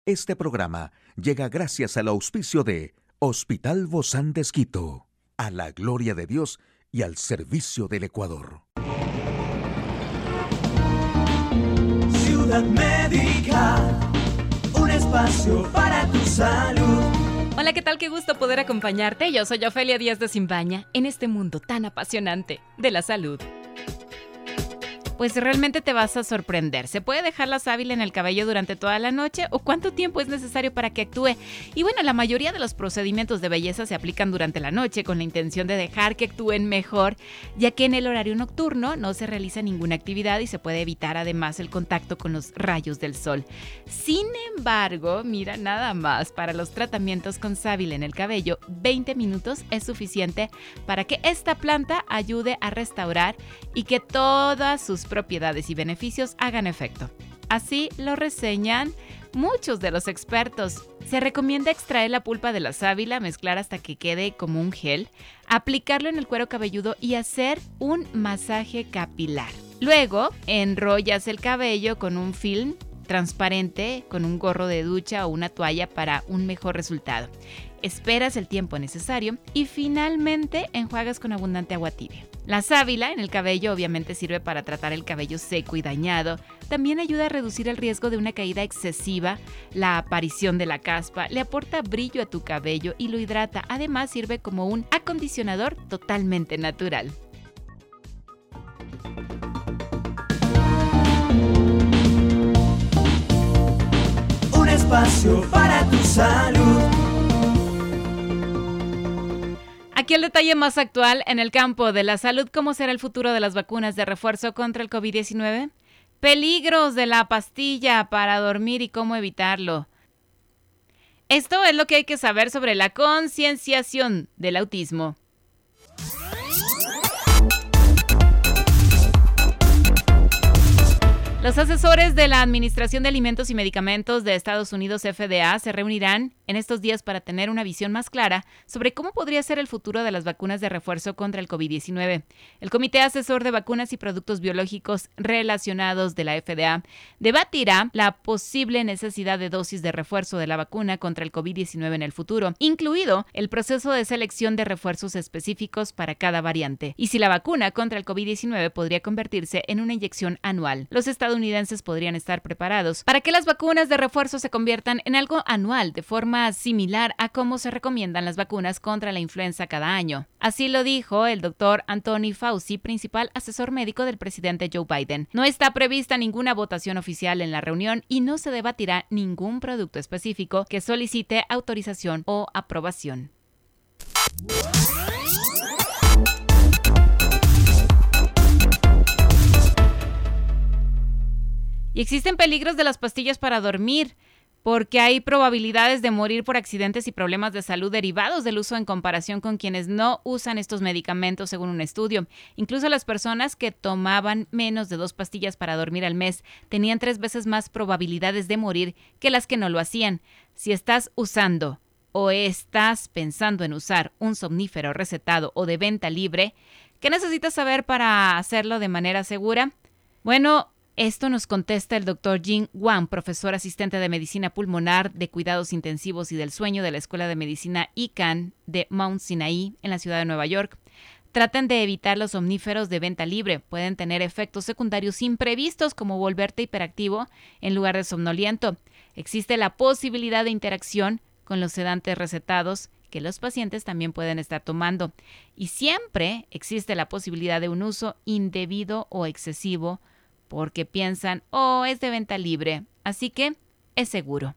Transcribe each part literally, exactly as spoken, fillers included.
Este programa llega gracias al auspicio de Hospital Bozán de Esquito, a la gloria de Dios y al servicio del Ecuador. Ciudad Médica, un espacio para tu salud. Hola, ¿qué tal? Qué gusto poder acompañarte. Yo soy Ofelia Díaz de Simbaña en este mundo tan apasionante de la salud. Pues realmente te vas a sorprender. ¿Se puede dejar la sábila en el cabello durante toda la noche o cuánto tiempo es necesario para que actúe? Y bueno, la mayoría de los procedimientos de belleza se aplican durante la noche con la intención de dejar que actúen mejor, ya que en el horario nocturno no se realiza ninguna actividad y se puede evitar además el contacto con los rayos del sol. Sin embargo, mira nada más, para los tratamientos con sábila en el cabello, veinte minutos es suficiente para que esta planta ayude a restaurar y que todas sus propiedades y beneficios hagan efecto. Así lo reseñan muchos de los expertos. Se recomienda extraer la pulpa de la sábila, mezclar hasta que quede como un gel, aplicarlo en el cuero cabelludo y hacer un masaje capilar. Luego, enrollas el cabello con un film transparente, con un gorro de ducha o una toalla para un mejor resultado. Esperas el tiempo necesario y finalmente enjuagas con abundante agua tibia. La sábila en el cabello obviamente sirve para tratar el cabello seco y dañado. También ayuda a reducir el riesgo de una caída excesiva, la aparición de la caspa, le aporta brillo a tu cabello y lo hidrata. Además sirve como un acondicionador totalmente natural. Un espacio para tu salud. Aquí el detalle más actual en el campo de la salud. ¿Cómo será el futuro de las vacunas de refuerzo contra el covid diecinueve? Peligros de la pastilla para dormir y cómo evitarlo. Esto es lo que hay que saber sobre la concienciación del autismo. Los asesores de la Administración de Alimentos y Medicamentos de Estados Unidos, F D A, se reunirán en estos días para tener una visión más clara sobre cómo podría ser el futuro de las vacunas de refuerzo contra el covid diecinueve. El Comité Asesor de Vacunas y Productos Biológicos Relacionados de la F D A debatirá la posible necesidad de dosis de refuerzo de la vacuna contra el covid diecinueve en el futuro, incluido el proceso de selección de refuerzos específicos para cada variante, y si la vacuna contra el covid diecinueve podría convertirse en una inyección anual. Los estadounidenses podrían estar preparados para que las vacunas de refuerzo se conviertan en algo anual, de forma similar a cómo se recomiendan las vacunas contra la influenza cada año. Así lo dijo el doctor Anthony Fauci, principal asesor médico del presidente Joe Biden. No está prevista ninguna votación oficial en la reunión y no se debatirá ningún producto específico que solicite autorización o aprobación. Y existen peligros de las pastillas para dormir, porque hay probabilidades de morir por accidentes y problemas de salud derivados del uso en comparación con quienes no usan estos medicamentos, según un estudio. Incluso las personas que tomaban menos de dos pastillas para dormir al mes tenían tres veces más probabilidades de morir que las que no lo hacían. Si estás usando o estás pensando en usar un somnífero recetado o de venta libre, ¿qué necesitas saber para hacerlo de manera segura? Bueno, esto nos contesta el doctor Jing Wang, profesor asistente de medicina pulmonar, de cuidados intensivos y del sueño de la Escuela de Medicina I C A N de Mount Sinai en la ciudad de Nueva York. Traten de evitar los somníferos de venta libre. Pueden tener efectos secundarios imprevistos como volverte hiperactivo en lugar de somnoliento. Existe la posibilidad de interacción con los sedantes recetados que los pacientes también pueden estar tomando. Y siempre existe la posibilidad de un uso indebido o excesivo porque piensan, oh, es de venta libre, así que es seguro.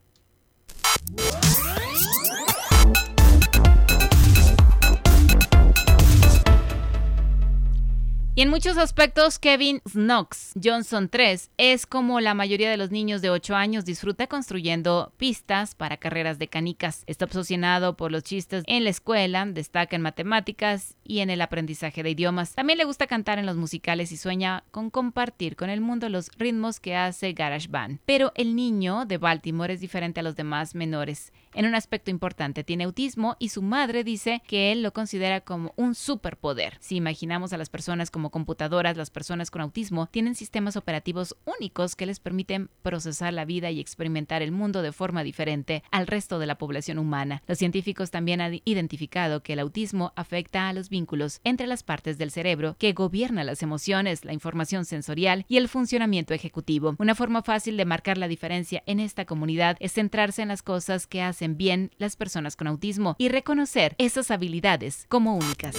Y en muchos aspectos, Kevin Knox Johnson tres es como la mayoría de los niños de ocho años, disfruta construyendo pistas para carreras de canicas. Está obsesionado por los chistes en la escuela, destaca en matemáticas y en el aprendizaje de idiomas. También le gusta cantar en los musicales y sueña con compartir con el mundo los ritmos que hace GarageBand. Pero el niño de Baltimore es diferente a los demás menores. En un aspecto importante, tiene autismo y su madre dice que él lo considera como un superpoder. Si imaginamos a las personas como como computadoras, las personas con autismo tienen sistemas operativos únicos que les permiten procesar la vida y experimentar el mundo de forma diferente al resto de la población humana. Los científicos también han identificado que el autismo afecta a los vínculos entre las partes del cerebro que gobiernan las emociones, la información sensorial y el funcionamiento ejecutivo. Una forma fácil de marcar la diferencia en esta comunidad es centrarse en las cosas que hacen bien las personas con autismo y reconocer esas habilidades como únicas.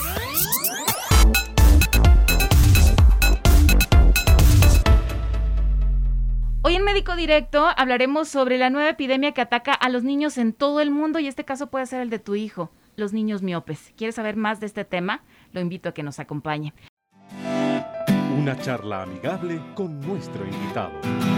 Hoy en Médico Directo hablaremos sobre la nueva epidemia que ataca a los niños en todo el mundo y este caso puede ser el de tu hijo, los niños miopes. ¿Quieres saber más de este tema? Lo invito a que nos acompañe. Una charla amigable con nuestro invitado.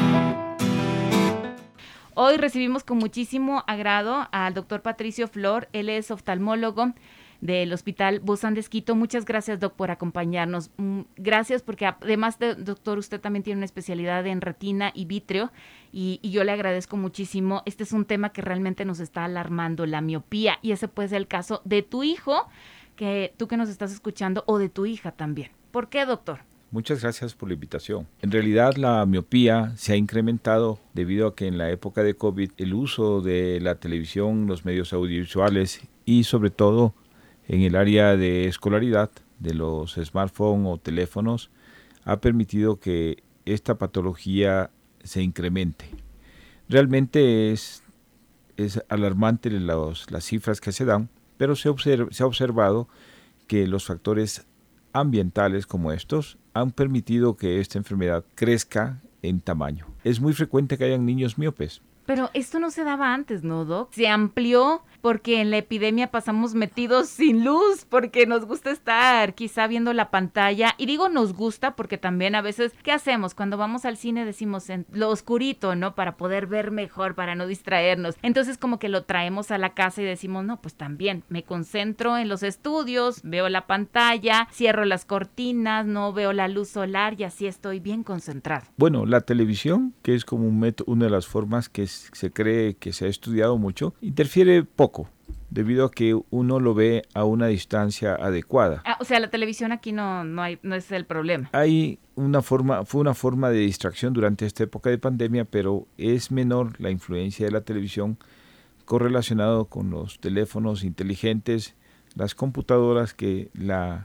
Hoy recibimos con muchísimo agrado al doctor Patricio Flor. Él es oftalmólogo del Hospital Bozán de Esquito. Muchas gracias, doc, por acompañarnos. Gracias porque además de doctor, usted también tiene una especialidad en retina y vítreo y, y yo le agradezco muchísimo. Este es un tema que realmente nos está alarmando, la miopía, y ese puede ser el caso de tu hijo, que tú que nos estás escuchando, o de tu hija también. ¿Por qué, doctor? Muchas gracias por la invitación. En realidad la miopía se ha incrementado debido a que en la época de COVID el uso de la televisión, los medios audiovisuales y sobre todo en el área de escolaridad de los smartphones o teléfonos ha permitido que esta patología se incremente. Realmente es, es alarmante los, las cifras que se dan, pero se, observa, se ha observado que los factores ambientales como estos han permitido que esta enfermedad crezca en tamaño. Es muy frecuente que hayan niños miopes. Pero esto no se daba antes, ¿no, doc? Se amplió porque en la epidemia pasamos metidos sin luz, porque nos gusta estar quizá viendo la pantalla. Y digo nos gusta porque también a veces, ¿qué hacemos? Cuando vamos al cine decimos en lo oscurito, ¿no? Para poder ver mejor, para no distraernos. Entonces como que lo traemos a la casa y decimos, no, pues también me concentro en los estudios, veo la pantalla, cierro las cortinas, no veo la luz solar y así estoy bien concentrado. Bueno, la televisión, que es como un método, una de las formas que es se cree que se ha estudiado mucho, interfiere poco, debido a que uno lo ve a una distancia adecuada. Ah, o sea, la televisión aquí no, no, hay, no es el problema. Hay una forma, fue una forma de distracción durante esta época de pandemia, pero es menor la influencia de la televisión correlacionado con los teléfonos inteligentes, las computadoras, que la,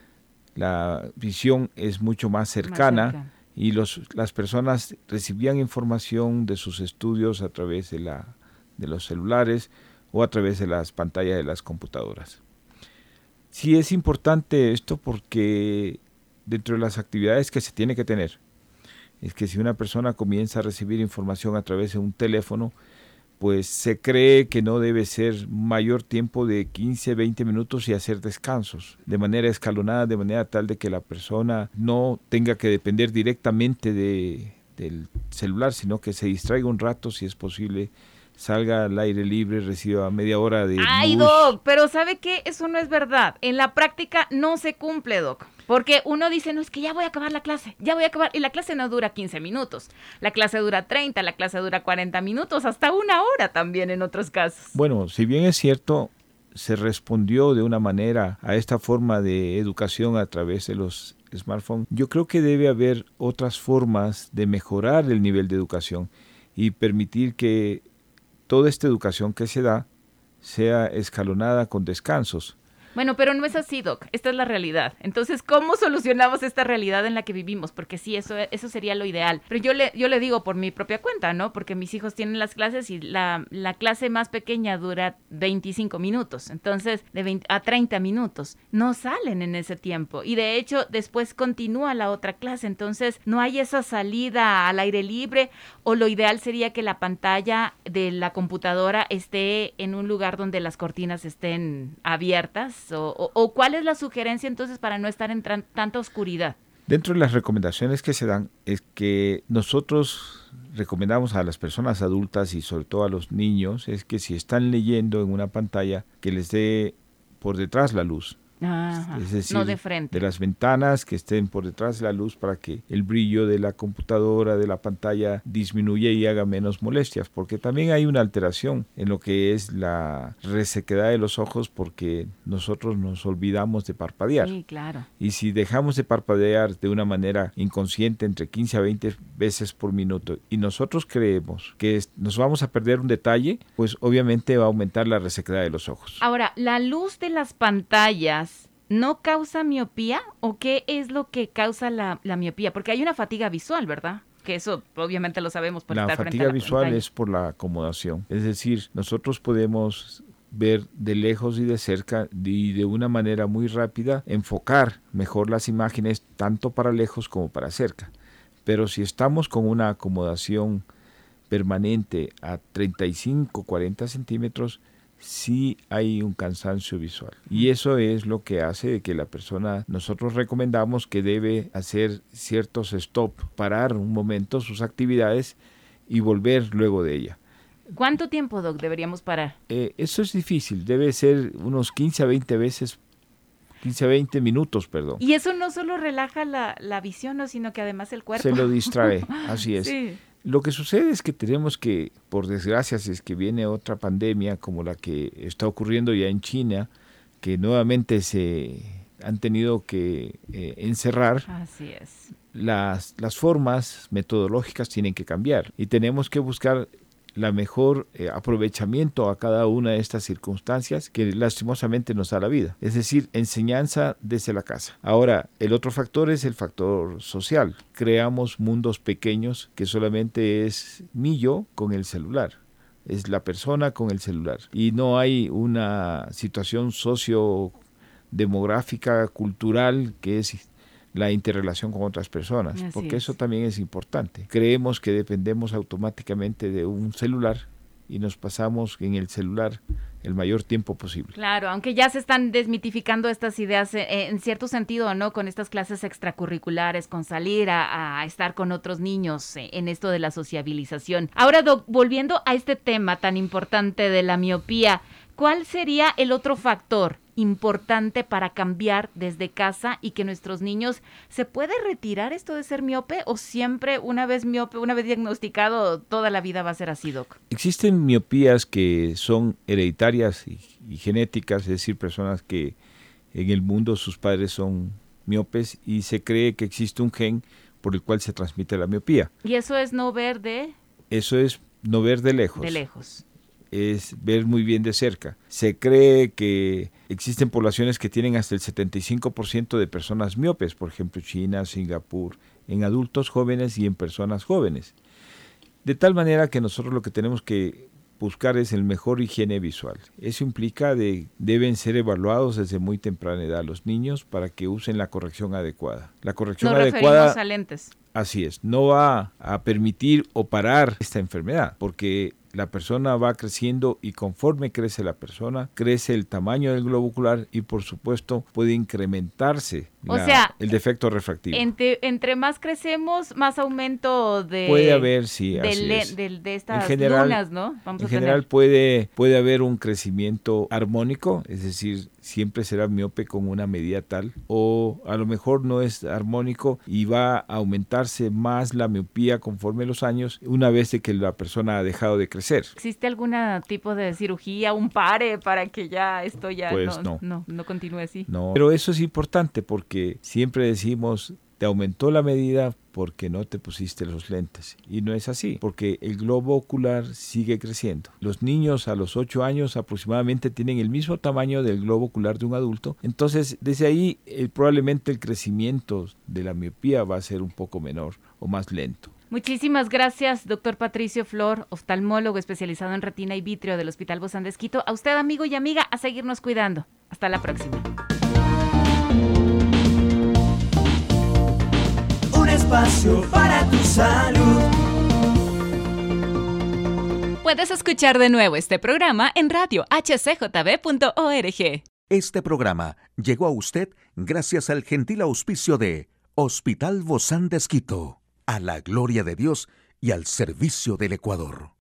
la visión es mucho más cercana. Más cerca. Y los, las personas recibían información de sus estudios a través de, la, de los celulares o a través de las pantallas de las computadoras. Sí es importante esto porque dentro de las actividades que se tiene que tener, es que si una persona comienza a recibir información a través de un teléfono, pues se cree que no debe ser mayor tiempo de quince, veinte minutos y hacer descansos de manera escalonada, de manera tal de que la persona no tenga que depender directamente de, del celular, sino que se distraiga un rato, si es posible, salga al aire libre, reciba media hora de Ay, luz. doc, pero ¿sabe qué? Eso no es verdad. En la práctica no se cumple, doc. Porque uno dice, no, es que ya voy a acabar la clase, ya voy a acabar. Y la clase no dura quince minutos. La clase dura treinta, la clase dura cuarenta minutos, hasta una hora también en otros casos. Bueno, si bien es cierto, se respondió de una manera a esta forma de educación a través de los smartphones, yo creo que debe haber otras formas de mejorar el nivel de educación y permitir que toda esta educación que se da sea escalonada con descansos. Bueno, pero no es así, doc. Esta es la realidad. Entonces, ¿cómo solucionamos esta realidad en la que vivimos? Porque sí, eso, eso sería lo ideal. Pero yo le, yo le digo por mi propia cuenta, ¿no? Porque mis hijos tienen las clases y la, la clase más pequeña dura veinticinco minutos. Entonces, de veinte a treinta minutos. No salen en ese tiempo. Y de hecho, después continúa la otra clase. Entonces, no hay esa salida al aire libre. O lo ideal sería que la pantalla de la computadora esté en un lugar donde las cortinas estén abiertas. O, o, o cuál es la sugerencia entonces para no estar en tran, tanta oscuridad. Dentro de las recomendaciones que se dan es que nosotros recomendamos a las personas adultas y sobre todo a los niños es que si están leyendo en una pantalla que les dé por detrás la luz, Ajá, es decir, no de frente. de las ventanas que estén por detrás de la luz para que el brillo de la computadora, de la pantalla disminuya y haga menos molestias, porque también hay una alteración en lo que es la resequedad de los ojos porque nosotros nos olvidamos de parpadear. Sí, claro. Y si dejamos de parpadear de una manera inconsciente entre quince a veinte veces por minuto y nosotros creemos que nos vamos a perder un detalle, pues obviamente va a aumentar la resequedad de los ojos. Ahora, ¿la luz de las pantallas no causa miopía o qué es lo que causa la, la miopía? Porque hay una fatiga visual, ¿verdad? Que eso obviamente lo sabemos por la estar frente a fatiga la visual pantalla. es por la acomodación. Es decir, nosotros podemos ver de lejos y de cerca y de una manera muy rápida enfocar mejor las imágenes tanto para lejos como para cerca. Pero si estamos con una acomodación permanente a treinta y cinco, cuarenta centímetros, sí hay un cansancio visual. Y eso es lo que hace de que la persona, nosotros recomendamos que debe hacer ciertos stop, parar un momento sus actividades y volver luego de ella. ¿Cuánto tiempo, Doc, deberíamos parar? Eh, eso es difícil, debe ser unos quince a veinte veces, quince a veinte minutos, perdón. Y eso no solo relaja la, la visión, ¿no? Sino que además el cuerpo. Se lo distrae, así es. Sí. Lo que sucede es que tenemos que, por desgracia, si es que viene otra pandemia como la que está ocurriendo ya en China, que nuevamente se han tenido que eh, encerrar, Así es. las, las formas metodológicas tienen que cambiar y tenemos que buscar la mejor eh, aprovechamiento a cada una de estas circunstancias que lastimosamente nos da la vida. Es decir, enseñanza desde la casa. Ahora, el otro factor es el factor social. Creamos mundos pequeños que solamente es mi yo con el celular. Es la persona con el celular. Y no hay una situación sociodemográfica, cultural, que es la interrelación con otras personas, Así porque es. eso también es importante. Creemos que dependemos automáticamente de un celular y nos pasamos en el celular el mayor tiempo posible. Claro, aunque ya se están desmitificando estas ideas eh, en cierto sentido, ¿no? Con estas clases extracurriculares, con salir a, a estar con otros niños eh, en esto de la sociabilización. Ahora, Doc, volviendo a este tema tan importante de la miopía, ¿cuál sería el otro factor importante para cambiar desde casa y que nuestros niños se puede retirar esto de ser miope o siempre una vez miope, una vez diagnosticado, toda la vida va a ser así, Doc? Existen miopías que son hereditarias y, y genéticas, es decir, personas que en el mundo sus padres son miopes y se cree que existe un gen por el cual se transmite la miopía. Y eso es no ver de, Eso es no ver de lejos. de lejos. Es ver muy bien de cerca. Se cree que existen poblaciones que tienen hasta el setenta y cinco por ciento de personas miopes, por ejemplo China, Singapur, en adultos jóvenes y en personas jóvenes. De tal manera que nosotros lo que tenemos que buscar es el mejor higiene visual. Eso implica que de, deben ser evaluados desde muy temprana edad los niños para que usen la corrección adecuada. La corrección Nos adecuada... referimos a lentes. Así es, no va a permitir o parar esta enfermedad, porque la persona va creciendo y conforme crece la persona, crece el tamaño del globo ocular y por supuesto puede incrementarse O la- sea, el defecto refractivo. Entre, entre más crecemos, más aumento de, Puede haber, sí, de, así le- es. de, de estas En general- lunas, ¿no? Vamos En a general tener. puede, puede haber un crecimiento armónico, es decir, siempre será miope con una medida tal, o a lo mejor no es armónico y va a aumentarse más la miopía conforme los años, una vez de que la persona ha dejado de crecer. ¿Existe algún tipo de cirugía, un pare para que ya esto ya Pues no, no. no, no continúe así? No, pero eso es importante porque siempre decimos, te aumentó la medida porque no te pusiste los lentes. Y no es así, porque el globo ocular sigue creciendo. Los niños a los ocho años aproximadamente tienen el mismo tamaño del globo ocular de un adulto. Entonces, desde ahí, eh, probablemente el crecimiento de la miopía va a ser un poco menor o más lento. Muchísimas gracias, doctor Patricio Flor, oftalmólogo especializado en retina y vitrio del Hospital Bozán de Esquito. A usted, amigo y amiga, a seguirnos cuidando. Hasta la próxima. Un espacio para tu salud. Puedes escuchar de nuevo este programa en radio h c j b punto org. Este programa llegó a usted gracias al gentil auspicio de Hospital Bozán de Esquito, a la gloria de Dios y al servicio del Ecuador.